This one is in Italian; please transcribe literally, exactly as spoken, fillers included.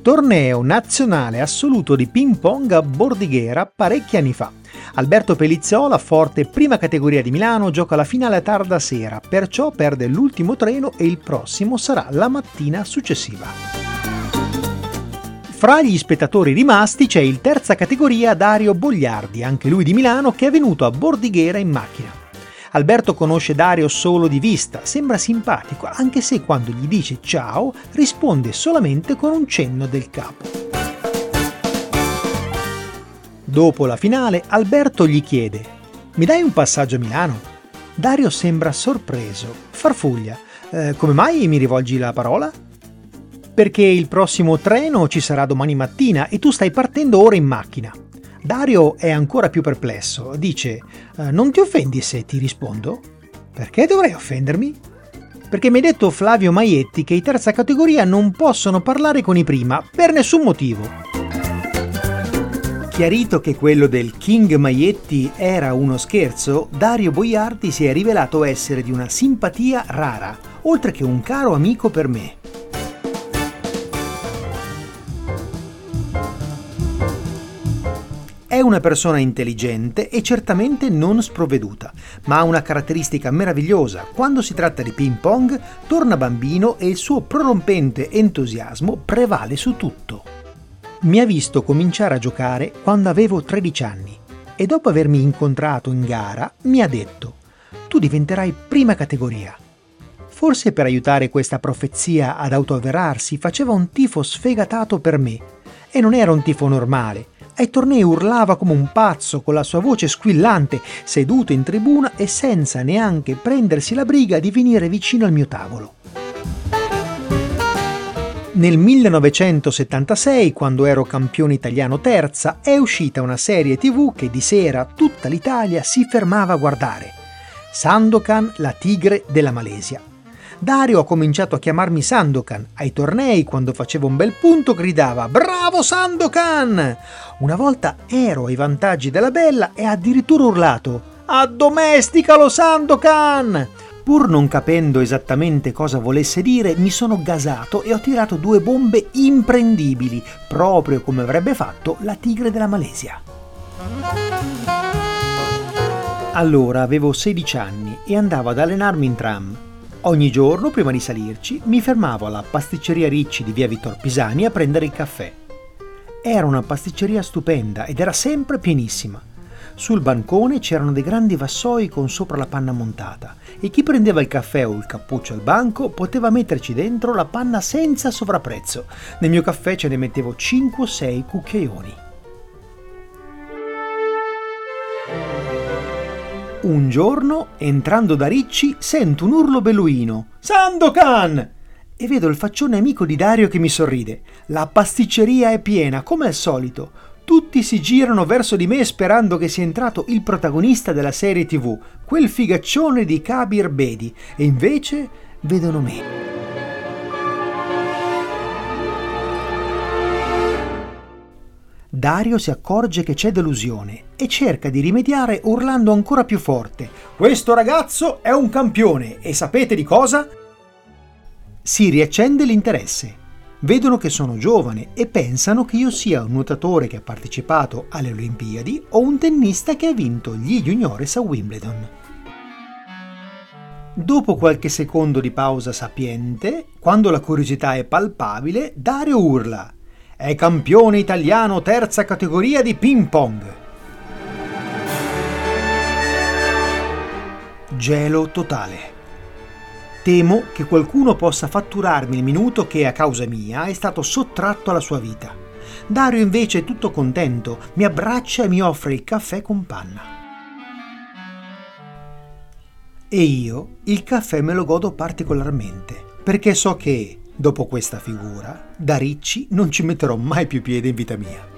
Torneo nazionale assoluto di ping pong a Bordighera parecchi anni fa. Alberto Pelizzola, forte prima categoria di Milano, gioca la finale a tarda sera, perciò perde l'ultimo treno e il prossimo sarà la mattina successiva. Fra gli spettatori rimasti c'è il terza categoria Dario Bogliardi, anche lui di Milano, che è venuto a Bordighera in macchina. Alberto conosce Dario solo di vista, sembra simpatico, anche se quando gli dice ciao risponde solamente con un cenno del capo. Dopo la finale, Alberto gli chiede: «Mi dai un passaggio a Milano?» Dario sembra sorpreso, farfuglia. Eh, «Come mai mi rivolgi la parola?» «Perché il prossimo treno ci sarà domani mattina e tu stai partendo ora in macchina». Dario è ancora più perplesso, dice: «Non ti offendi se ti rispondo?» «Perché dovrei offendermi?» «Perché mi hai detto Flavio Maietti che i terza categoria non possono parlare con i prima, per nessun motivo». Chiarito che quello del King Maietti era uno scherzo, Dario Bogliardi si è rivelato essere di una simpatia rara, oltre che un caro amico per me. È una persona intelligente e certamente non sprovveduta, ma ha una caratteristica meravigliosa: quando si tratta di ping pong torna bambino e il suo prorompente entusiasmo prevale su tutto. Mi ha visto cominciare a giocare quando avevo tredici anni e dopo avermi incontrato in gara mi ha detto: «Tu diventerai prima categoria». Forse per aiutare questa profezia ad autoavverarsi faceva un tifo sfegatato per me, e non era un tifo normale. Ai tornei urlava come un pazzo con la sua voce squillante, seduto in tribuna e senza neanche prendersi la briga di venire vicino al mio tavolo. Nel millenovecentosettantasei, quando ero campione italiano terza, è uscita una serie tivù che di sera tutta l'Italia si fermava a guardare. Sandokan, la tigre della Malesia. Dario ha cominciato a chiamarmi Sandokan. Ai tornei, quando facevo un bel punto, gridava «Bravo Sandokan!». Una volta ero ai vantaggi della bella e ha addirittura urlato «Addomesticalo Sandokan!». Pur non capendo esattamente cosa volesse dire, mi sono gasato e ho tirato due bombe imprendibili, proprio come avrebbe fatto la tigre della Malesia. Allora avevo sedici anni e andavo ad allenarmi in tram. Ogni giorno, prima di salirci, mi fermavo alla pasticceria Ricci di via Vittor Pisani a prendere il caffè. Era una pasticceria stupenda ed era sempre pienissima. Sul bancone c'erano dei grandi vassoi con sopra la panna montata e chi prendeva il caffè o il cappuccio al banco poteva metterci dentro la panna senza sovrapprezzo. Nel mio caffè ce ne mettevo cinque o sei cucchiaioni. Un giorno, entrando da Ricci, sento un urlo beluino: «Sandokan!» E vedo il faccione amico di Dario che mi sorride. La pasticceria è piena, come al solito. Tutti si girano verso di me sperando che sia entrato il protagonista della serie tivù, quel figaccione di Kabir Bedi, e invece vedono me. Dario si accorge che c'è delusione e cerca di rimediare urlando ancora più forte: «Questo ragazzo è un campione e sapete di cosa?» Si riaccende l'interesse. Vedono che sono giovane e pensano che io sia un nuotatore che ha partecipato alle Olimpiadi o un tennista che ha vinto gli juniores a Wimbledon. Dopo qualche secondo di pausa sapiente, quando la curiosità è palpabile, Dario urla: «È campione italiano terza categoria di ping pong!». Gelo totale. Temo che qualcuno possa fatturarmi il minuto che, a causa mia, è stato sottratto alla sua vita. Dario invece è tutto contento, mi abbraccia e mi offre il caffè con panna. E io il caffè me lo godo particolarmente, perché so che, dopo questa figura, da Ricci non ci metterò mai più piede in vita mia.